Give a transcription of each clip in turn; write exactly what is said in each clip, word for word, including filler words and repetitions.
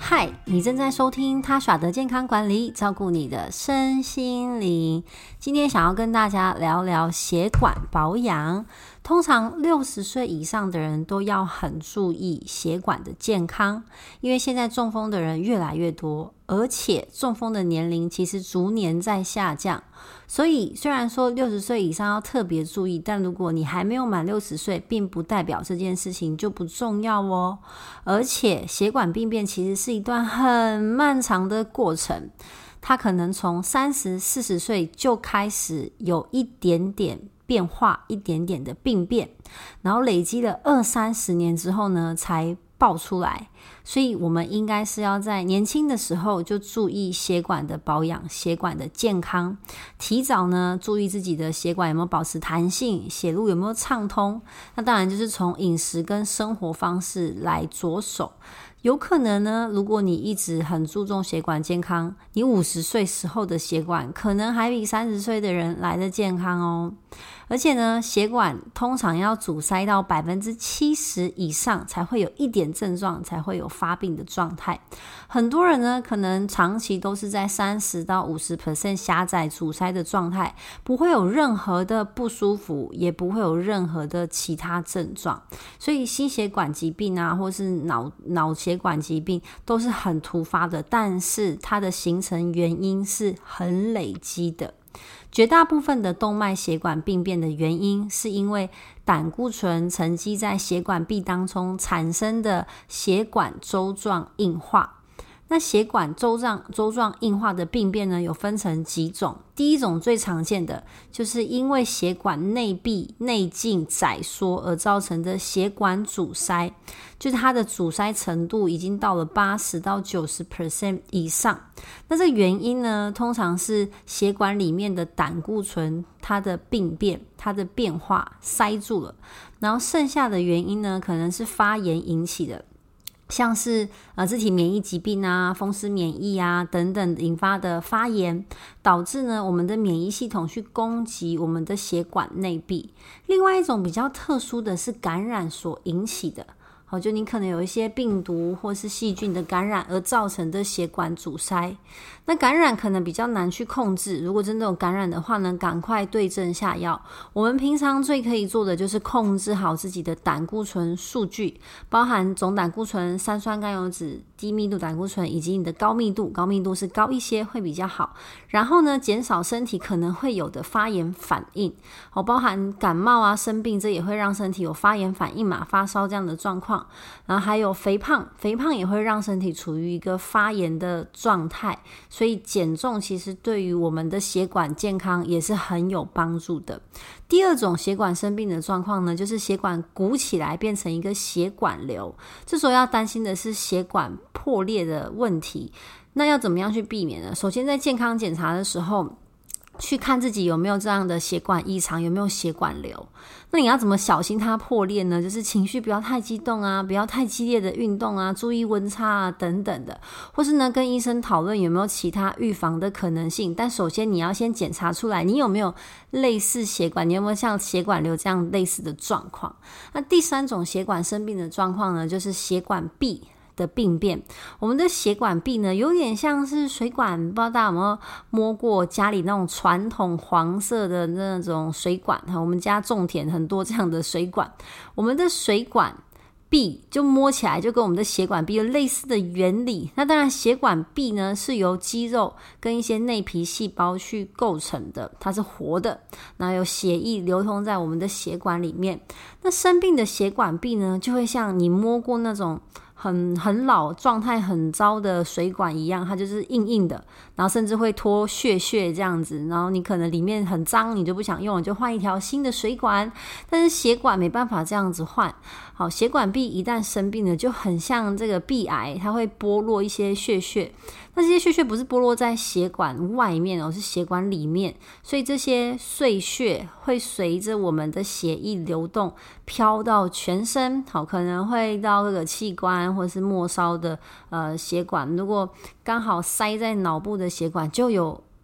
嗨，你正在收听他耍的健康管理，照顾你的身心灵。今天想要跟大家聊聊血管保养。通常六十岁以上的人都要很注意血管的健康，因为现在中风的人越来越多，而且中风的年龄其实逐年在下降。所以虽然说六十岁以上要特别注意，但如果你还没有满六十岁，并不代表这件事情就不重要哦。而且血管病变其实是一段很漫长的过程，它可能从三十、四十岁就开始有一点点变化，一点点的病变，然后累积了二三十年之后呢，才爆出来。所以我们应该是要在年轻的时候就注意血管的保养，血管的健康，提早呢注意自己的血管有没有保持弹性，血路有没有畅通。那当然就是从饮食跟生活方式来着手。有可能呢，如果你一直很注重血管健康，你五十岁时候的血管可能还比三十岁的人来得健康哦。而且呢，血管通常要阻塞到 百分之七十 以上才会有一点症状，才会有发病的状态。很多人呢，可能长期都是在三十到百分之五十 狭窄阻塞的状态，不会有任何的不舒服，也不会有任何的其他症状。所以心血管疾病啊，或是脑脑血管疾病都是很突发的，但是它的形成原因是很累积的。绝大部分的动脉血管病变的原因是因为胆固醇沉积在血管壁当中产生的血管粥状硬化。那血管粥状粥状硬化的病变呢，有分成几种。第一种最常见的就是因为血管内壁内径窄缩而造成的血管阻塞，就是它的阻塞程度已经到了 百分之八十到百分之九十 以上。那这原因呢，通常是血管里面的胆固醇它的病变，它的变化塞住了，然后剩下的原因呢，可能是发炎引起的，像是呃自体免疫疾病啊、风湿免疫啊等等引发的发炎，导致呢我们的免疫系统去攻击我们的血管内壁。另外一种比较特殊的是感染所引起的，好，就你可能有一些病毒或是细菌的感染而造成的血管阻塞。那感染可能比较难去控制，如果真的有感染的话呢，赶快对症下药。我们平常最可以做的就是控制好自己的胆固醇数据，包含总胆固醇、三酸甘油酯、低密度胆固醇以及你的高密度，高密度是高一些会比较好。然后呢，减少身体可能会有的发炎反应，哦，包含感冒啊、生病，这也会让身体有发炎反应嘛，发烧这样的状况。然后还有肥胖，肥胖也会让身体处于一个发炎的状态，所以减重其实对于我们的血管健康也是很有帮助的。第二种血管生病的状况呢，就是血管鼓起来变成一个血管瘤，这时候要担心的是血管破裂的问题。那要怎么样去避免呢？首先在健康检查的时候，去看自己有没有这样的血管异常，有没有血管瘤。那你要怎么小心它破裂呢？就是情绪不要太激动啊，不要太激烈的运动啊，注意温差啊等等的，或是呢跟医生讨论有没有其他预防的可能性。但首先你要先检查出来你有没有类似血管，你有没有像血管瘤这样类似的状况。那第三种血管生病的状况呢，就是血管壁的病变。我们的血管壁呢，有点像是水管，不知道大家有没有摸过家里那种传统黄色的那种水管，我们家种田很多这样的水管。我们的水管壁就摸起来就跟我们的血管壁有类似的原理。那当然血管壁呢是由肌肉跟一些内皮细胞去构成的，它是活的，然后有血液流通在我们的血管里面。那生病的血管壁呢，就会像你摸过那种很很老状态很糟的水管一样，它就是硬硬的，然后甚至会脱屑屑这样子，然后你可能里面很脏，你就不想用，你就换一条新的水管。但是血管没办法这样子换，好，血管壁一旦生病了，就很像这个壁癌，它会剥落一些屑屑。那这些屑屑不是剥落在血管外面哦，是血管里面，所以这些碎屑会随着我们的血液流动飘到全身，好，可能会到各个器官或是末梢的呃血管。如果刚好塞在脑部的血管，就有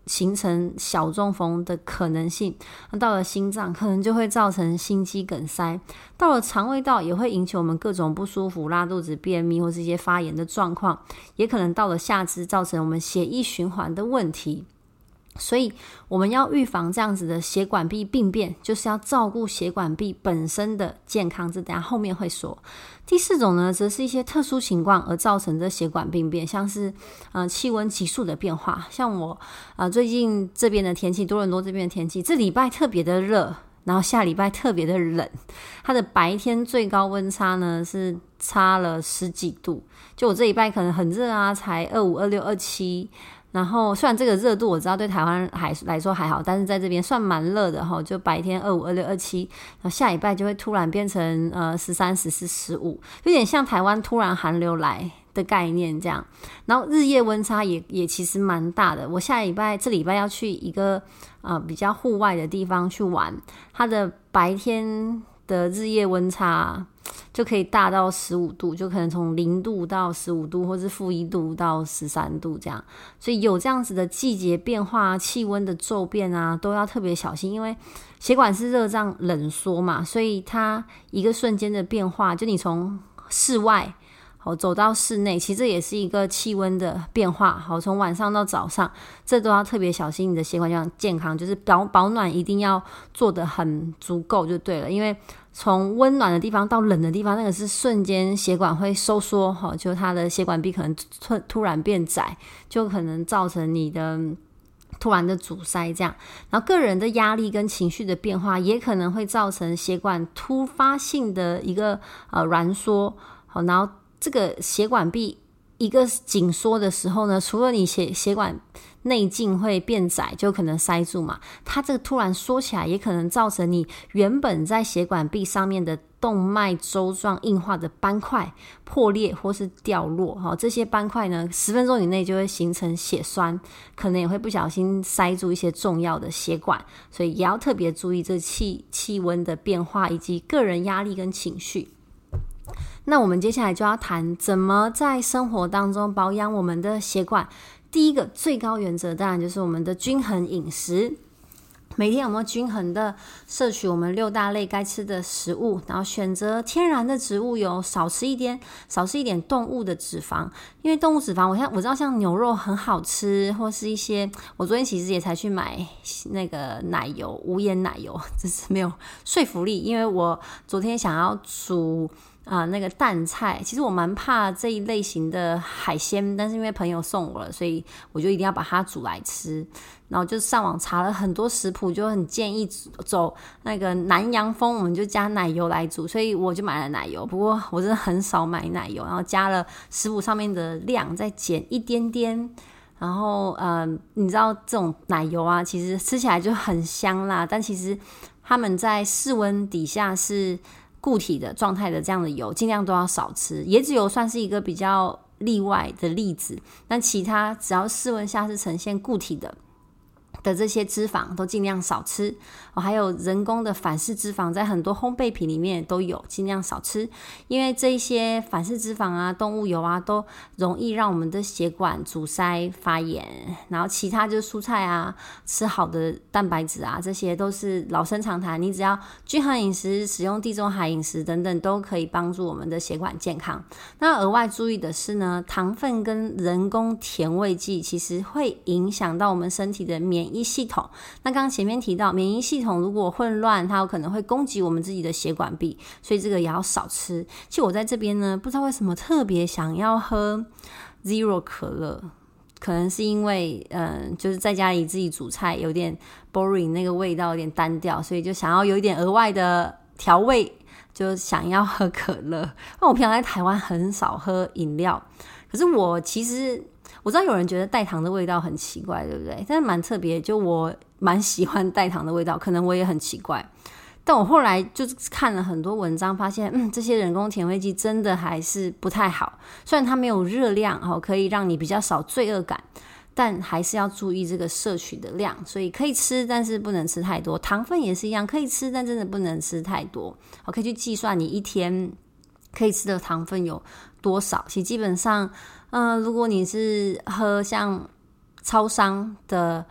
形成小中风的可能性。那到了心脏可能就会造成心肌梗塞，到了肠胃道也会引起我们各种不舒服，拉肚子、便秘或是一些发炎的状况，也可能到了下肢造成我们血液循环的问题。所以我们要预防这样子的血管壁病变，就是要照顾血管壁本身的健康，这等一下后面会说。第四种呢，则是一些特殊情况而造成的血管病变，像是呃气温急速的变化，像我呃最近这边的天气，多伦多这边的天气，这礼拜特别的热，然后下礼拜特别的冷，它的白天最高温差呢是差了十几度，就我这礼拜可能很热啊，才二五、二六、二七。然后虽然这个热度我知道对台湾还来说还好，但是在这边算蛮热的齁，就白天二五、二六、二七，然后下礼拜就会突然变成呃十三、十四、十五，有点像台湾突然寒流来的概念这样。然后日夜温差也也其实蛮大的。我下礼拜这礼拜要去一个呃比较户外的地方去玩，它的白天的日夜温差就可以大到十五度，就可能从零度到十五度，或是负一度到十三度这样。所以有这样子的季节变化、气温的骤变啊，都要特别小心，因为血管是热胀冷缩嘛，所以它一个瞬间的变化，就你从室外好走到室内，其实这也是一个气温的变化。好，从晚上到早上，这都要特别小心你的血管健康，就是保保暖一定要做得很足够就对了。因为从温暖的地方到冷的地方，那个是瞬间血管会收缩，就它的血管壁可能突突然变窄，就可能造成你的突然的阻塞这样。然后个人的压力跟情绪的变化也可能会造成血管突发性的一个呃挛缩。好，然后这个血管壁一个紧缩的时候呢，除了你血血管内径会变窄，就可能塞住嘛，它这个突然缩起来也可能造成你原本在血管壁上面的动脉粥状硬化的斑块破裂或是掉落。哦，这些斑块呢十分钟以内就会形成血栓，可能也会不小心塞住一些重要的血管，所以也要特别注意这气气温的变化以及个人压力跟情绪。那我们接下来就要谈怎么在生活当中保养我们的血管。第一个最高原则当然就是我们的均衡饮食，每天有没有均衡的摄取我们六大类该吃的食物，然后选择天然的植物油，少吃一点少吃一点动物的脂肪。因为动物脂肪我像我知道像牛肉很好吃，或是一些我昨天其实也才去买那个奶油，无盐奶油，只是没有说服力。因为我昨天想要煮啊、呃，那个淡菜，其实我蛮怕这一类型的海鲜，但是因为朋友送我了，所以我就一定要把它煮来吃。然后就上网查了很多食谱，就很建议走那个南洋风，我们就加奶油来煮，所以我就买了奶油。不过我真的很少买奶油，然后加了食谱上面的量，再减一点点。然后呃，你知道这种奶油啊，其实吃起来就很香啦，但其实他们在室温底下是固体的状态的这样的油尽量都要少吃。椰子油算是一个比较例外的例子，但其他只要室温下是呈现固体的的这些脂肪都尽量少吃。哦，还有人工的反式脂肪在很多烘焙品里面都有，尽量少吃。因为这些反式脂肪啊、动物油啊都容易让我们的血管阻塞发炎。然后其他就是蔬菜啊，吃好的蛋白质啊，这些都是老生常谈，你只要均衡饮食，使用地中海饮食等等，都可以帮助我们的血管健康。那额外注意的是呢，糖分跟人工甜味剂其实会影响到我们身体的免疫系统。那刚刚前面提到免疫系统如果混乱，它有可能会攻击我们自己的血管壁，所以这个也要少吃。其实我在这边呢，不知道为什么特别想要喝 Zero 可乐，可能是因为嗯，就是在家里自己煮菜有点 boring， 那个味道有点单调，所以就想要有一点额外的调味，就想要喝可乐。那我平常在台湾很少喝饮料，可是我其实我知道有人觉得代糖的味道很奇怪，对不对？但是蛮特别，就我蛮喜欢代糖的味道，可能我也很奇怪。但我后来就是看了很多文章，发现嗯，这些人工甜味剂真的还是不太好。虽然它没有热量，哦，可以让你比较少罪恶感，但还是要注意这个摄取的量。所以可以吃，但是不能吃太多。糖分也是一样，可以吃，但真的不能吃太多。我可以去计算你一天可以吃的糖分有多少。其实基本上，嗯、呃，如果你是喝像超商的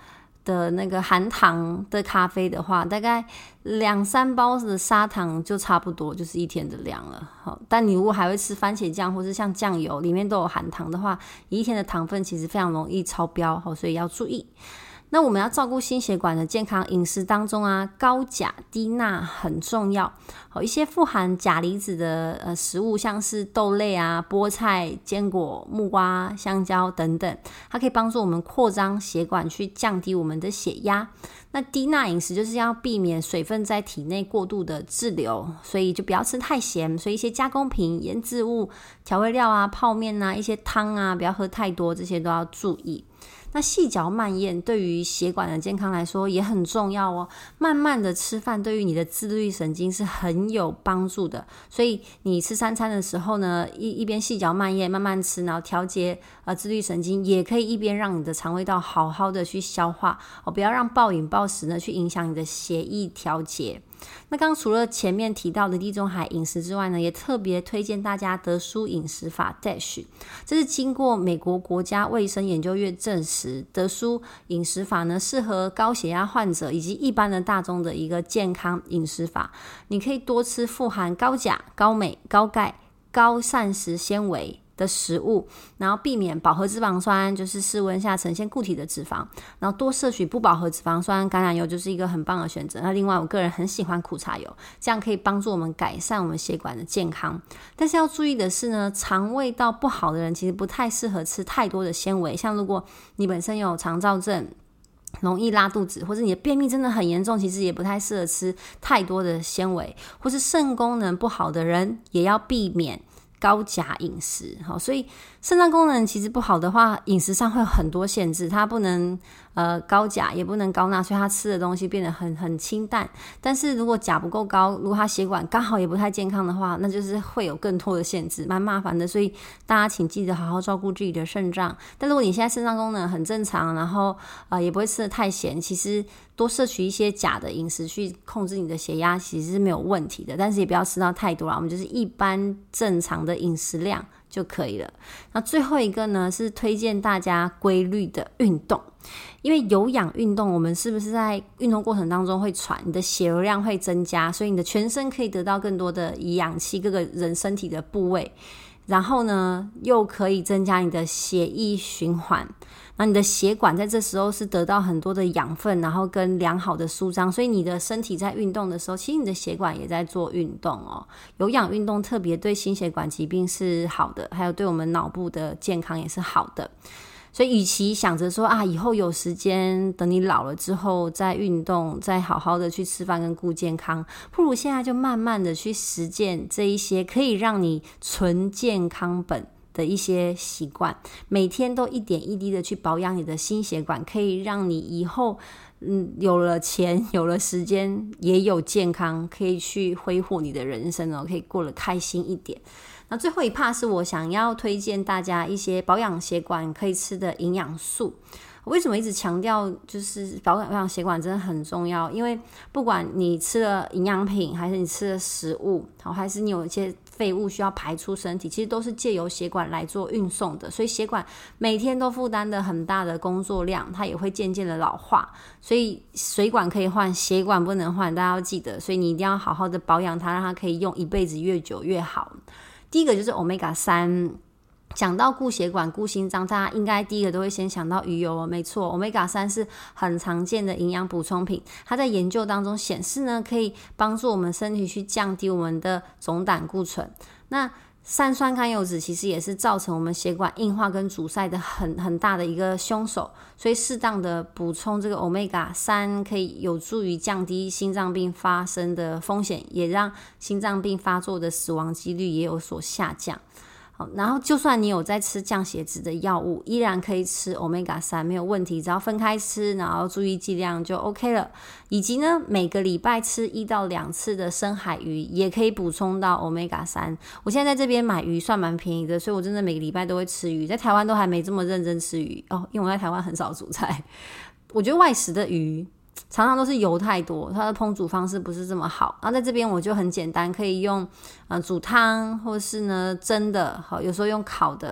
的那个含糖的咖啡的话，大概两三包的砂糖就差不多就是一天的量了。好，但你如果还会吃番茄酱或是像酱油里面都有含糖的话，一天的糖分其实非常容易超标，所以要注意。那我们要照顾心血管的健康，饮食当中啊，高钾低钠很重要。一些富含钾离子的呃食物，像是豆类啊、菠菜、坚果、木瓜、香蕉等等，它可以帮助我们扩张血管，去降低我们的血压。那低钠饮食就是要避免水分在体内过度的滞留，所以就不要吃太咸，所以一些加工品、腌制物、调味料啊、泡面啊、一些汤啊，不要喝太多，这些都要注意。那细嚼慢咽对于血管的健康来说也很重要哦。慢慢的吃饭对于你的自律神经是很有帮助的，所以你吃三餐的时候呢，一一边细嚼慢咽慢慢吃，然后调节呃自律神经，也可以一边让你的肠胃道好好的去消化哦，不要让暴饮暴食呢去影响你的血液调节。那刚刚除了前面提到的地中海饮食之外呢，也特别推荐大家德舒饮食法 Dash， 这是经过美国国家卫生研究院证实，德舒饮食法呢适合高血压患者以及一般的大众的一个健康饮食法。你可以多吃富含高钾、高镁、高钙、高膳食纤维的食物，然后避免饱和脂肪酸，就是室温下呈现固体的脂肪，然后多摄取不饱和脂肪酸，橄榄油就是一个很棒的选择。那另外我个人很喜欢苦茶油，这样可以帮助我们改善我们血管的健康。但是要注意的是呢，肠胃道不好的人其实不太适合吃太多的纤维，像如果你本身有肠躁症，容易拉肚子，或者你的便秘真的很严重，其实也不太适合吃太多的纤维，或是肾功能不好的人也要避免高钾饮食。好，所以肾脏功能其实不好的话，饮食上会有很多限制，它不能呃高钾也不能高钠，所以它吃的东西变得很很清淡。但是如果钾不够高，如果它血管刚好也不太健康的话，那就是会有更多的限制，蛮麻烦的。所以大家请记得好好照顾自己的肾脏。但如果你现在肾脏功能很正常，然后呃也不会吃得太咸，其实多摄取一些钾的饮食去控制你的血压其实是没有问题的，但是也不要吃到太多啦，我们就是一般正常的饮食量就可以了。那最后一个呢，是推荐大家规律的运动。因为有氧运动，我们是不是在运动过程当中会喘，你的血流量会增加，所以你的全身可以得到更多的氧气，各个人身体的部位，然后呢又可以增加你的血液循环，那你的血管在这时候是得到很多的养分，然后跟良好的舒张，所以你的身体在运动的时候，其实你的血管也在做运动哦。有氧运动特别对心血管疾病是好的，还有对我们脑部的健康也是好的。所以与其想着说啊以后有时间等你老了之后再运动，再好好的去吃饭跟顾健康，不如现在就慢慢的去实践这一些可以让你纯健康本的一些习惯，每天都一点一滴的去保养你的心血管，可以让你以后嗯有了钱有了时间也有健康，可以去挥霍你的人生哦，可以过得开心一点。那最后一 part 是我想要推荐大家一些保养血管可以吃的营养素。为什么一直强调就是保养血管真的很重要？因为不管你吃了营养品，还是你吃了食物，还是你有一些废物需要排出身体，其实都是借由血管来做运送的，所以血管每天都负担的很大的工作量，它也会渐渐的老化，所以水管可以换，血管不能换，大家要记得，所以你一定要好好的保养它，让它可以用一辈子，越久越好。第一个就是 欧米伽三， 讲到顾血管顾心脏，大家应该第一个都会先想到鱼油哦，没错， 欧米伽三 是很常见的营养补充品，它在研究当中显示呢，可以帮助我们身体去降低我们的总胆固醇。那三酸甘油酯其实也是造成我们血管硬化跟阻塞的很很大的一个凶手，所以适当的补充这个 欧米伽三 可以有助于降低心脏病发生的风险，也让心脏病发作的死亡几率也有所下降。好，然后就算你有在吃降血脂的药物，依然可以吃 欧米伽三 没有问题，只要分开吃，然后注意剂量就 OK 了。以及呢，每个礼拜吃一到两次的深海鱼也可以补充到 欧米伽三。我现在在这边买鱼算蛮便宜的，所以我真的每个礼拜都会吃鱼，在台湾都还没这么认真吃鱼哦，因为我在台湾很少煮菜。我觉得外食的鱼常常都是油太多，它的烹煮方式不是这么好，然后在这边我就很简单，可以用、呃、煮汤，或是呢蒸的，好，有时候用烤的，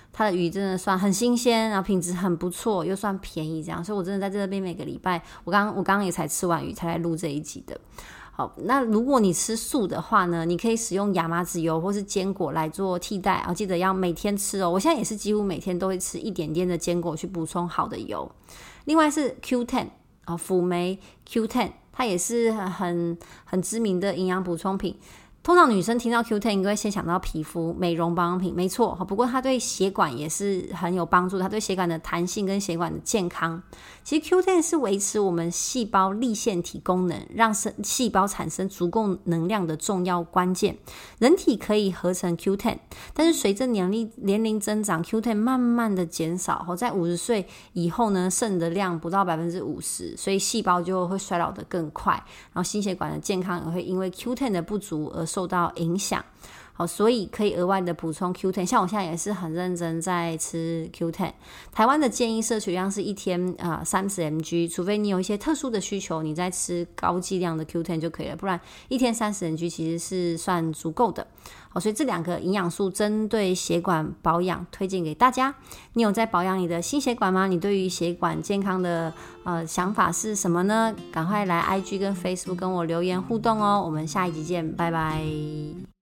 它的鱼真的算很新鲜，然后品质很不错，又算便宜这样，所以我真的在这边每个礼拜，我刚我刚刚也才吃完鱼才来录这一集的。好，那如果你吃素的话呢，你可以使用亚麻籽油或是坚果来做替代，然后记得要每天吃哦。我现在也是几乎每天都会吃一点点的坚果去补充好的油。另外是 Q 十 哦，辅酶 Q 十， 它也是很很知名的营养补充品。通常女生听到 Q 十 应该会先想到皮肤美容保养品，没错，不过它对血管也是很有帮助，它对血管的弹性跟血管的健康。其实 Q 十 是维持我们细胞粒线体功能，让细胞产生足够能量的重要关键。人体可以合成 Q 十， 但是随着年龄年龄增长 Q 十 慢慢的减少，在五十岁以后呢，剩的量不到 百分之五十， 所以细胞就会衰老的更快，然后心血管的健康也会因为 Q 十 的不足而受到影响。好，所以可以额外的补充 Q 十， 像我现在也是很认真在吃 Q 十。 台湾的建议摄取量是一天、呃、三十 milligrams， 除非你有一些特殊的需求，你再吃高剂量的 Q 十 就可以了，不然一天三十 milligrams 其实是算足够的。好，所以这两个营养素针对血管保养推荐给大家。你有在保养你的心血管吗？你对于血管健康的呃想法是什么呢？赶快来 I G 跟 Facebook 跟我留言互动哦。我们下一集见，拜拜。